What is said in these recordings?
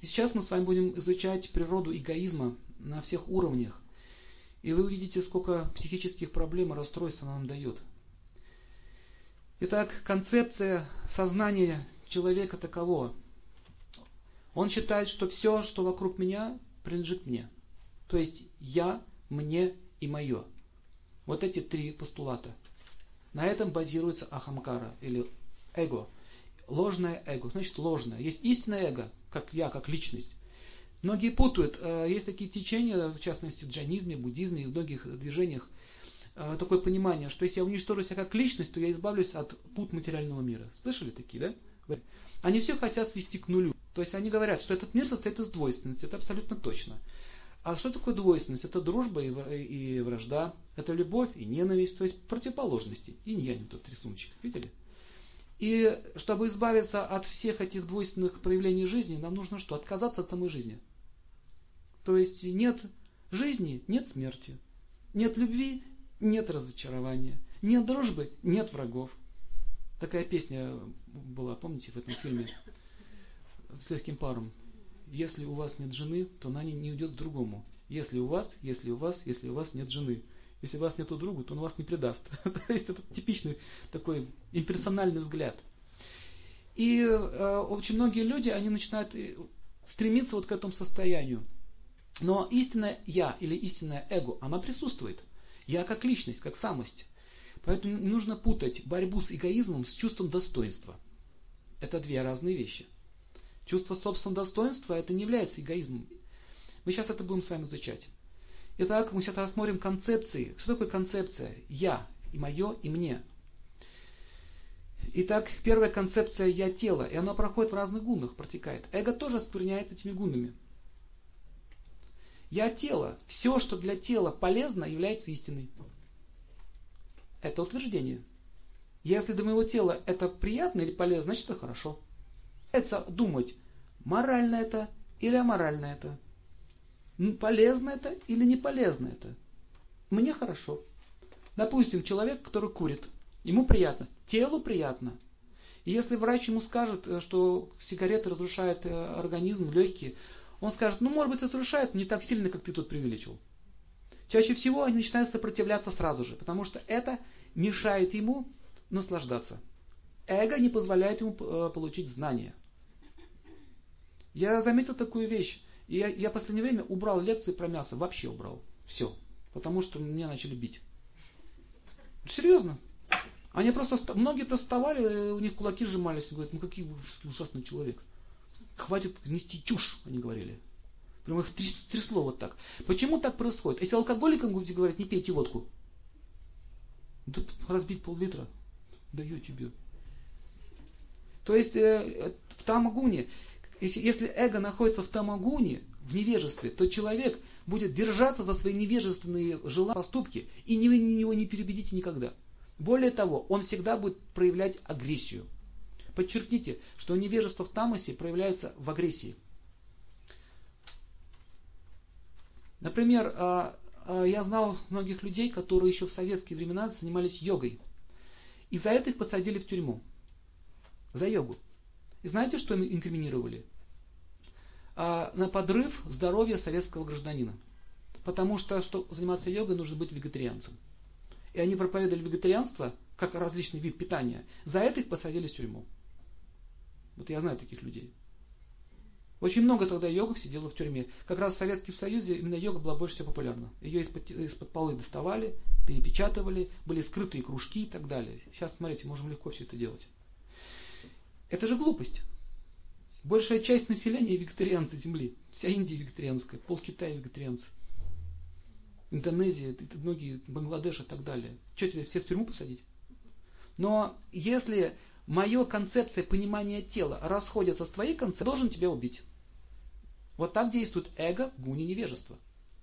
И сейчас мы с вами будем изучать природу эгоизма на всех уровнях. И вы увидите, сколько психических проблем и расстройств она нам дает. Итак, концепция сознания человека такова. Он считает, что все, что вокруг меня, принадлежит мне. То есть я, мне и мое. Вот эти три постулата. На этом базируется ахамкара или эго. Ложное эго. Значит, ложное. Есть истинное эго, как я, как личность. Многие путают. Есть такие течения, в частности в джайнизме, буддизме и в многих движениях, такое понимание, что если я уничтожу себя как личность, то я избавлюсь от пут материального мира. Слышали такие, да? Они все хотят свести к нулю. То есть они говорят, что этот мир состоит из двойственности. Это абсолютно точно. А что такое двойственность? Это дружба и вражда. Это любовь и ненависть. То есть противоположности. Инь-янь, тот рисуночек. Видели? И чтобы избавиться от всех этих двойственных проявлений жизни, нам нужно что? Отказаться от самой жизни. То есть нет жизни, нет смерти. Нет любви, нет разочарования. Нет дружбы, нет врагов. Такая песня была, помните, в этом фильме с легким паром. Если у вас нет жены, то она не уйдет к другому. Если у вас нет жены. Если у вас нет друга, то он вас не предаст. То есть это типичный такой имперсональный взгляд. И очень многие люди, они начинают стремиться вот к этому состоянию. Но истинное я или истинное эго, она присутствует. Я как личность, как самость. Поэтому не нужно путать борьбу с эгоизмом с чувством достоинства. Это две разные вещи. Чувство собственного достоинства это не является эгоизмом. Мы сейчас это будем с вами изучать. Итак, мы сейчас рассмотрим концепции. Что такое концепция? Я, и мое, и мне. Итак, первая концепция я тело. И она проходит в разных гуннах, протекает. Эго тоже оскверняется этими гуннами. Я тело. Все, что для тела полезно, является истиной. Это утверждение. Если для моего тела это приятно или полезно, значит это хорошо. Это думать, морально это или аморально это. Полезно это или не полезно это. Мне хорошо. Допустим, человек, который курит, ему приятно, телу приятно. И если врач ему скажет, что сигареты разрушают организм, легкие, он скажет, может быть, разрушает, но не так сильно, как ты тут преувеличил. Чаще всего они начинают сопротивляться сразу же, потому что это мешает ему наслаждаться. Эго не позволяет ему получить знания. Я заметил такую вещь. Я в последнее время убрал лекции про мясо. Вообще убрал. Все. Потому что меня начали бить. Серьезно. Многие просто вставали, у них кулаки сжимались. И говорят, какой вы ужасный человек. Хватит нести чушь, они говорили. Прямо их трясло вот так. Почему так происходит? Если алкоголикам будете говорить, не пейте водку. Тут разбить пол-литра. Даю тебе. То есть в тамагуне, если эго находится в тамагуне, в невежестве, то человек будет держаться за свои невежественные желания, поступки, и вы его не переубедите никогда. Более того, он всегда будет проявлять агрессию. Подчеркните, что невежество в тамасе проявляется в агрессии. Например, я знал многих людей, которые еще в советские времена занимались йогой. И за это их посадили в тюрьму. За йогу. И знаете, что им инкриминировали? На подрыв здоровья советского гражданина. Потому что, чтобы заниматься йогой, нужно быть вегетарианцем. И они проповедовали вегетарианство, как различный вид питания. За это их посадили в тюрьму. Вот я знаю таких людей. Очень много тогда йогов сидело в тюрьме. Как раз в Советском Союзе именно йога была больше всего популярна. Ее из-под полы доставали, перепечатывали, были скрытые кружки и так далее. Сейчас, смотрите, можем легко все это делать. Это же глупость. Большая часть населения вегетарианцы Земли. Вся Индия вегетарианская, пол-Китая вегетарианцы. Индонезия, многие, Бангладеш и так далее. Что, тебе всех в тюрьму посадить? Но если моя концепция понимания тела расходится с твоей концепцией, я должен тебя убить. Вот так действует эго в гуне невежества.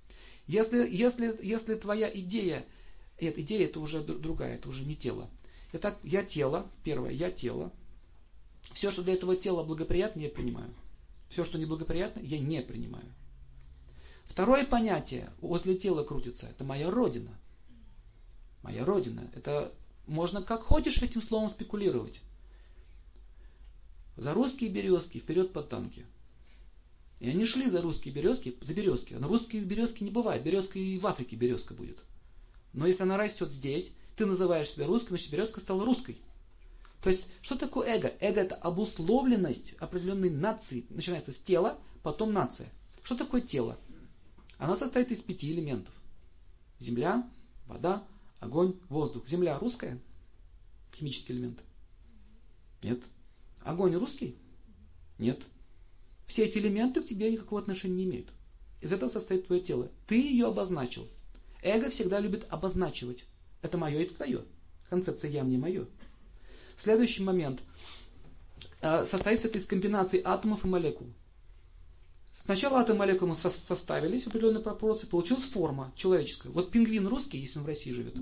Если твоя идея это уже другая, это уже не тело. Итак, я тело, первое, я тело. Все, что для этого тела благоприятно, я принимаю. Все, что неблагоприятно, я не принимаю. Второе понятие, возле тела крутится, это моя родина. Моя родина. Это можно как хочешь этим словом спекулировать. За русские березки, вперед по танки. И они шли за русские березки, за березки. Но русские березки не бывает. Березка и в Африке березка будет. Но если она растет здесь, ты называешь себя русским, значит березка стала русской. То есть, что такое эго? Эго это обусловленность определенной нации. Начинается с тела, потом нация. Что такое тело? Оно состоит из 5 элементов. Земля, вода, огонь, воздух. Земля русская? Химический элемент? Нет. Огонь русский? Нет. Все эти элементы к тебе никакого отношения не имеют. Из этого состоит твое тело. Ты ее обозначил. Эго всегда любит обозначивать. Это мое, это твое. Концепция «я, мне, мое». Следующий момент. Состоит это из комбинации атомов и молекул. Сначала атомы и молекулы составились в определенной пропорции, получилась форма человеческая. Вот пингвин русский, если он в России живет.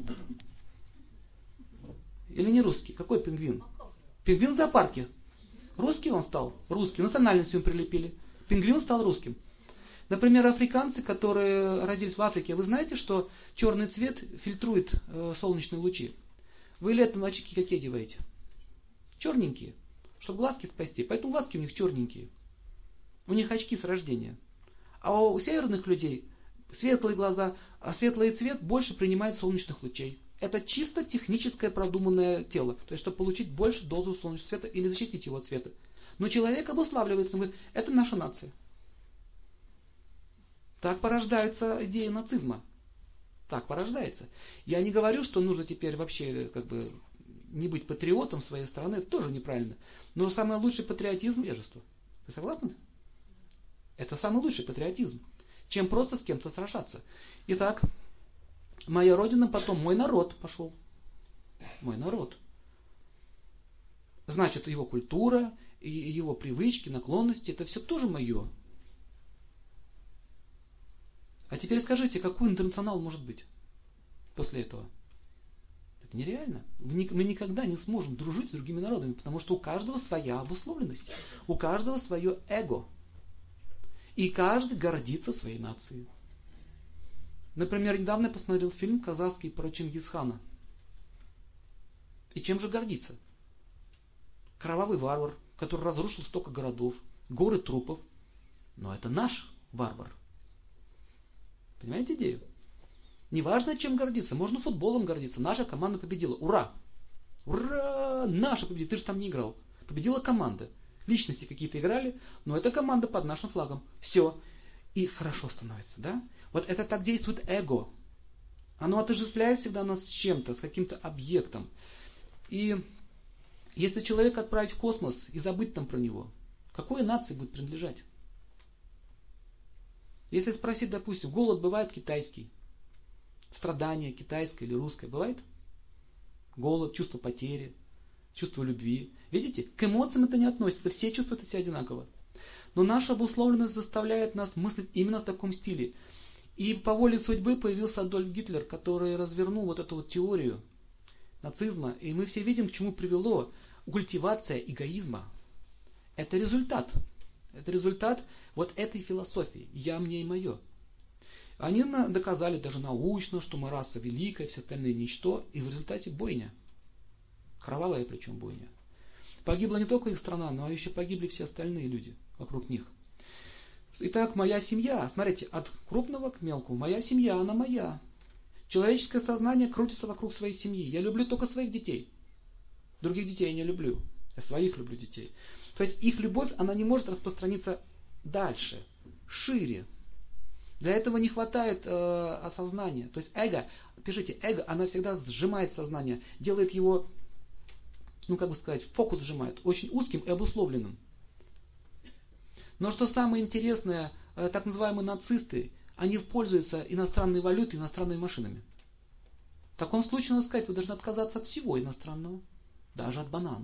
Или не русский? Какой пингвин? Пингвин в зоопарке. Русский он стал? Русский. Национальность ему прилепили. Пингвин стал русским. Например, африканцы, которые родились в Африке, вы знаете, что черный цвет фильтрует солнечные лучи? Вы летом очки какие одеваете? Черненькие. Чтобы глазки спасти. Поэтому глазки у них черненькие. У них очки с рождения. А у северных людей светлые глаза, а светлый цвет больше принимает солнечных лучей. Это чисто техническое продуманное тело. То есть, чтобы получить больше дозу солнечного света или защитить его от света. Но человек обуславливается, говорит, это наша нация. Так порождается идея нацизма. Так порождается. Я не говорю, что нужно теперь вообще не быть патриотом своей страны. Это тоже неправильно. Но самый лучший патриотизм – невежество. Вы согласны? Это самый лучший патриотизм. Чем просто с кем-то сражаться. Итак, моя родина, потом мой народ пошел. Мой народ. Значит, его культура, и его привычки, наклонности, это все тоже мое. А теперь скажите, какой интернационал может быть после этого? Это нереально. Мы никогда не сможем дружить с другими народами, потому что у каждого своя обусловленность. У каждого свое эго. И каждый гордится своей нацией. Например, недавно я посмотрел фильм казахский про Чингисхана. И чем же гордится? Кровавый варвар, который разрушил столько городов, горы трупов. Но это наш варвар. Понимаете идею? Неважно, чем гордиться. Можно футболом гордиться. Наша команда победила. Ура! Ура! Наша победила. Ты же там не играл. Победила команда. Личности какие-то играли, но эта команда под нашим флагом. Все. И хорошо становится, да? Вот это так действует эго. Оно отождествляет всегда нас с чем-то, с каким-то объектом. И если человека отправить в космос и забыть там про него, какой нации будет принадлежать? Если спросить, допустим, голод бывает китайский, страдание китайское или русское бывает? Голод, чувство потери, чувство любви. Видите, к эмоциям это не относится, все чувствуют себя одинаково. Но наша обусловленность заставляет нас мыслить именно в таком стиле. И по воле судьбы появился Адольф Гитлер, который развернул вот эту вот теорию нацизма. И мы все видим, к чему привело культивация эгоизма. Это результат. Это результат вот этой философии. Я, мне и мое. Они доказали даже научно, что мы раса великая, все остальные ничто. И в результате бойня. Кровавая причем бойня. Погибла не только их страна, но еще погибли все остальные люди вокруг них. Итак, моя семья. Смотрите, от крупного к мелкому. Моя семья, она моя. Человеческое сознание крутится вокруг своей семьи. Я люблю только своих детей. Других детей я не люблю. Я своих люблю детей. То есть их любовь, она не может распространиться дальше, шире. Для этого не хватает осознания. То есть эго, пишите, эго, она всегда сжимает сознание, делает его, фокус сжимает, очень узким и обусловленным. Но что самое интересное, так называемые нацисты, они пользуются иностранной валютой, иностранными машинами. В таком случае, надо сказать, вы должны отказаться от всего иностранного, даже от банана.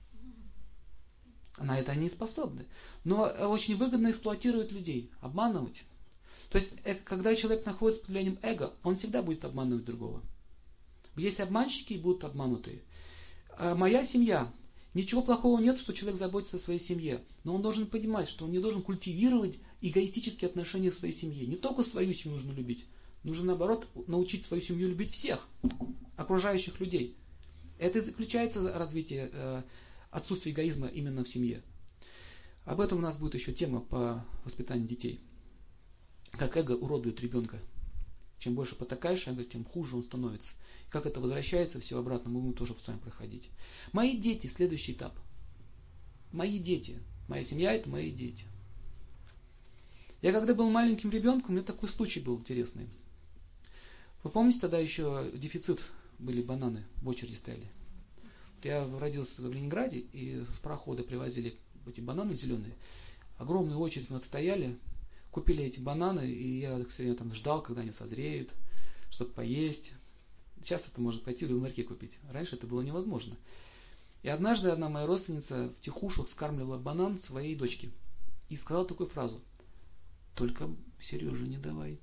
На это они способны. Но очень выгодно эксплуатировать людей, обманывать. То есть, когда человек находится под влиянием эго, он всегда будет обманывать другого. Есть обманщики и будут обманутые. Моя семья. Ничего плохого нет, что человек заботится о своей семье. Но он должен понимать, что он не должен культивировать эгоистические отношения к своей семье. Не только свою семью нужно любить. Нужно, наоборот, научить свою семью любить всех окружающих людей. Это и заключается развитие отсутствия эгоизма именно в семье. Об этом у нас будет еще тема по воспитанию детей. Как эго уродует ребенка. Чем больше потакаешь эго, тем хуже он становится. Как это возвращается, все обратно, мы будем тоже с вами проходить. Мои дети, следующий этап. Мои дети. Моя семья — это мои дети. Я когда был маленьким ребенком, у меня такой случай был интересный. Вы помните, тогда еще дефицит, были бананы, в очереди стояли. Я родился в Ленинграде, и с парохода привозили эти бананы зеленые. Огромную очередь мы отстояли, купили эти бананы, и я все время там ждал, когда они созреют, чтобы поесть. Сейчас это можно пойти в ларьке купить. Раньше это было невозможно. И однажды одна моя родственница втихушку скармливала банан своей дочке. И сказала такую фразу: «Только Сереже не давай».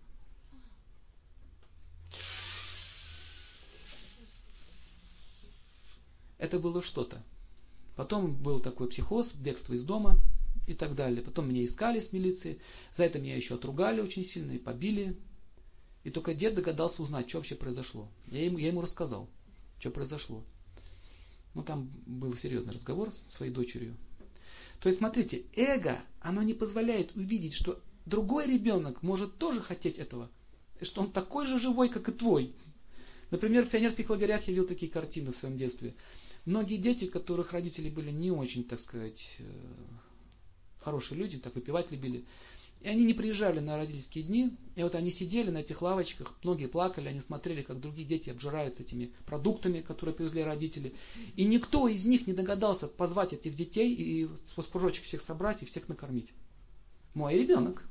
Это было что-то. Потом был такой психоз, бегство из дома и так далее. Потом меня искали с милиции. За это меня еще отругали очень сильно и побили. И только дед догадался узнать, что вообще произошло. Я ему рассказал, что произошло. Ну, там был серьезный разговор с своей дочерью. То есть, смотрите, эго, оно не позволяет увидеть, что другой ребенок может тоже хотеть этого. И что он такой же живой, как и твой. Например, в пионерских лагерях я видел такие картины в своем детстве. Многие дети, которых родители были не очень, так сказать, хорошие люди, так выпивать любили, и они не приезжали на родительские дни, и вот они сидели на этих лавочках, многие плакали, они смотрели, как другие дети обжираются этими продуктами, которые привезли родители. И никто из них не догадался позвать этих детей и с кружочек всех собрать и всех накормить. Мой ребенок.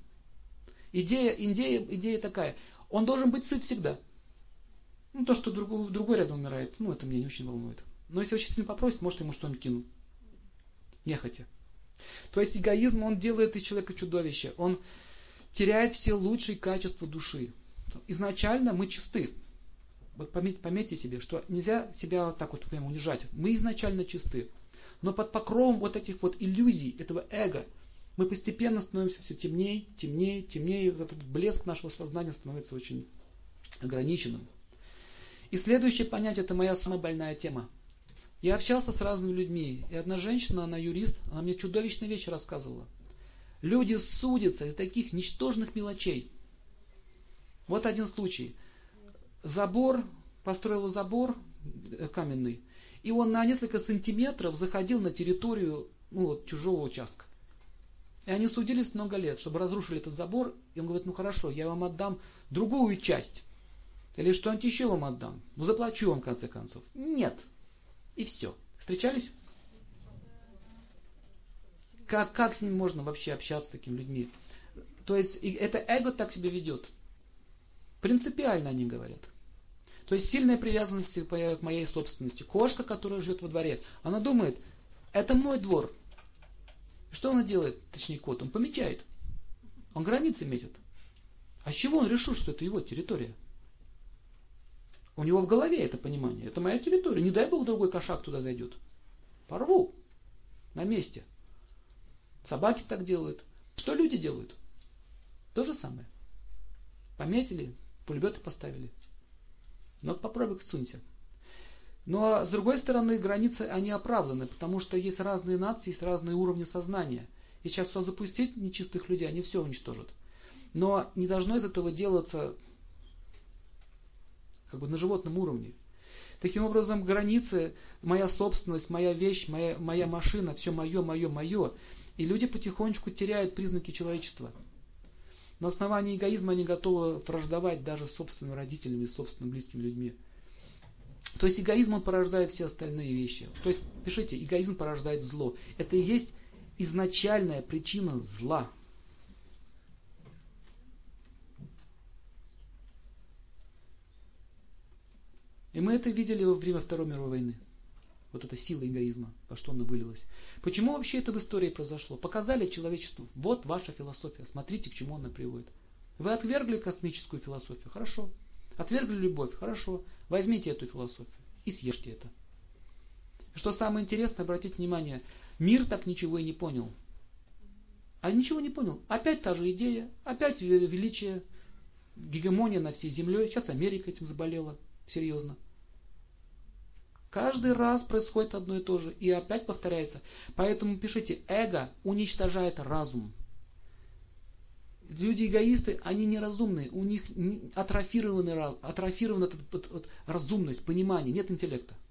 Идея такая. Он должен быть сыт всегда. Ну, то, что другой рядом умирает, ну, это меня не очень волнует. Но если очень сильно попросит, может, ему что-нибудь кинуть. Нехотя. То есть эгоизм, он делает из человека чудовище. Он теряет все лучшие качества души. Изначально мы чисты. Вот пометьте себе, что нельзя себя так вот прямо унижать. Мы изначально чисты. Но под покровом вот этих вот иллюзий, этого эго, мы постепенно становимся все темнее, темнее, темнее. Вот этот блеск нашего сознания становится очень ограниченным. И следующее понятие, это моя самая больная тема. Я общался с разными людьми, и одна женщина, она юрист, она мне чудовищные вещи рассказывала. Люди судятся из таких ничтожных мелочей. Вот один случай. Построил забор каменный, и он на несколько сантиметров заходил на территорию чужого участка. И они судились много лет, чтобы разрушили этот забор, и он говорит: ну хорошо, я вам отдам другую часть. Или что-нибудь еще вам отдам. Ну заплачу вам в конце концов. Нет. И все. Встречались? Как с ним можно вообще общаться с такими людьми? То есть это эго так себя ведет. Принципиально они говорят. То есть сильная привязанность к моей собственности. Кошка, которая живет во дворе, она думает: это мой двор. Что она делает? Точнее, кот. Он помечает. Он границы метит. А с чего он решил, что это его территория? У него в голове это понимание. Это моя территория. Не дай бог другой кошак туда зайдет. Порву. На месте. Собаки так делают. Что люди делают? То же самое. Пометили, пулеметы поставили. Но попробуй сунься. Но с другой стороны, границы, они оправданы, потому что есть разные нации, есть разные уровни сознания. И сейчас все запустить нечистых людей, они все уничтожат. Но не должно из этого делаться на животном уровне. Таким образом, границы, моя собственность, моя вещь, моя машина, все мое, мое, мое. И люди потихонечку теряют признаки человечества. На основании эгоизма они готовы враждовать даже с собственными родителями, с собственными близкими людьми. То есть эгоизм, он порождает все остальные вещи. То есть, пишите, эгоизм порождает зло. Это и есть изначальная причина зла. И мы это видели во время Второй мировой войны. Вот эта сила эгоизма, во что она вылилась. Почему вообще это в истории произошло? Показали человечеству: вот ваша философия, смотрите, к чему она приводит. Вы отвергли космическую философию? Хорошо. Отвергли любовь? Хорошо. Возьмите эту философию и съешьте это. Что самое интересное, обратите внимание, мир так ничего и не понял. А ничего не понял. Опять та же идея, опять величие, гегемония над всей землей. Сейчас Америка этим заболела. Серьезно. Каждый раз происходит одно и то же. И опять повторяется. Поэтому пишите, эго уничтожает разум. Люди эгоисты, они неразумные. У них атрофирована разумность, понимание, нет интеллекта.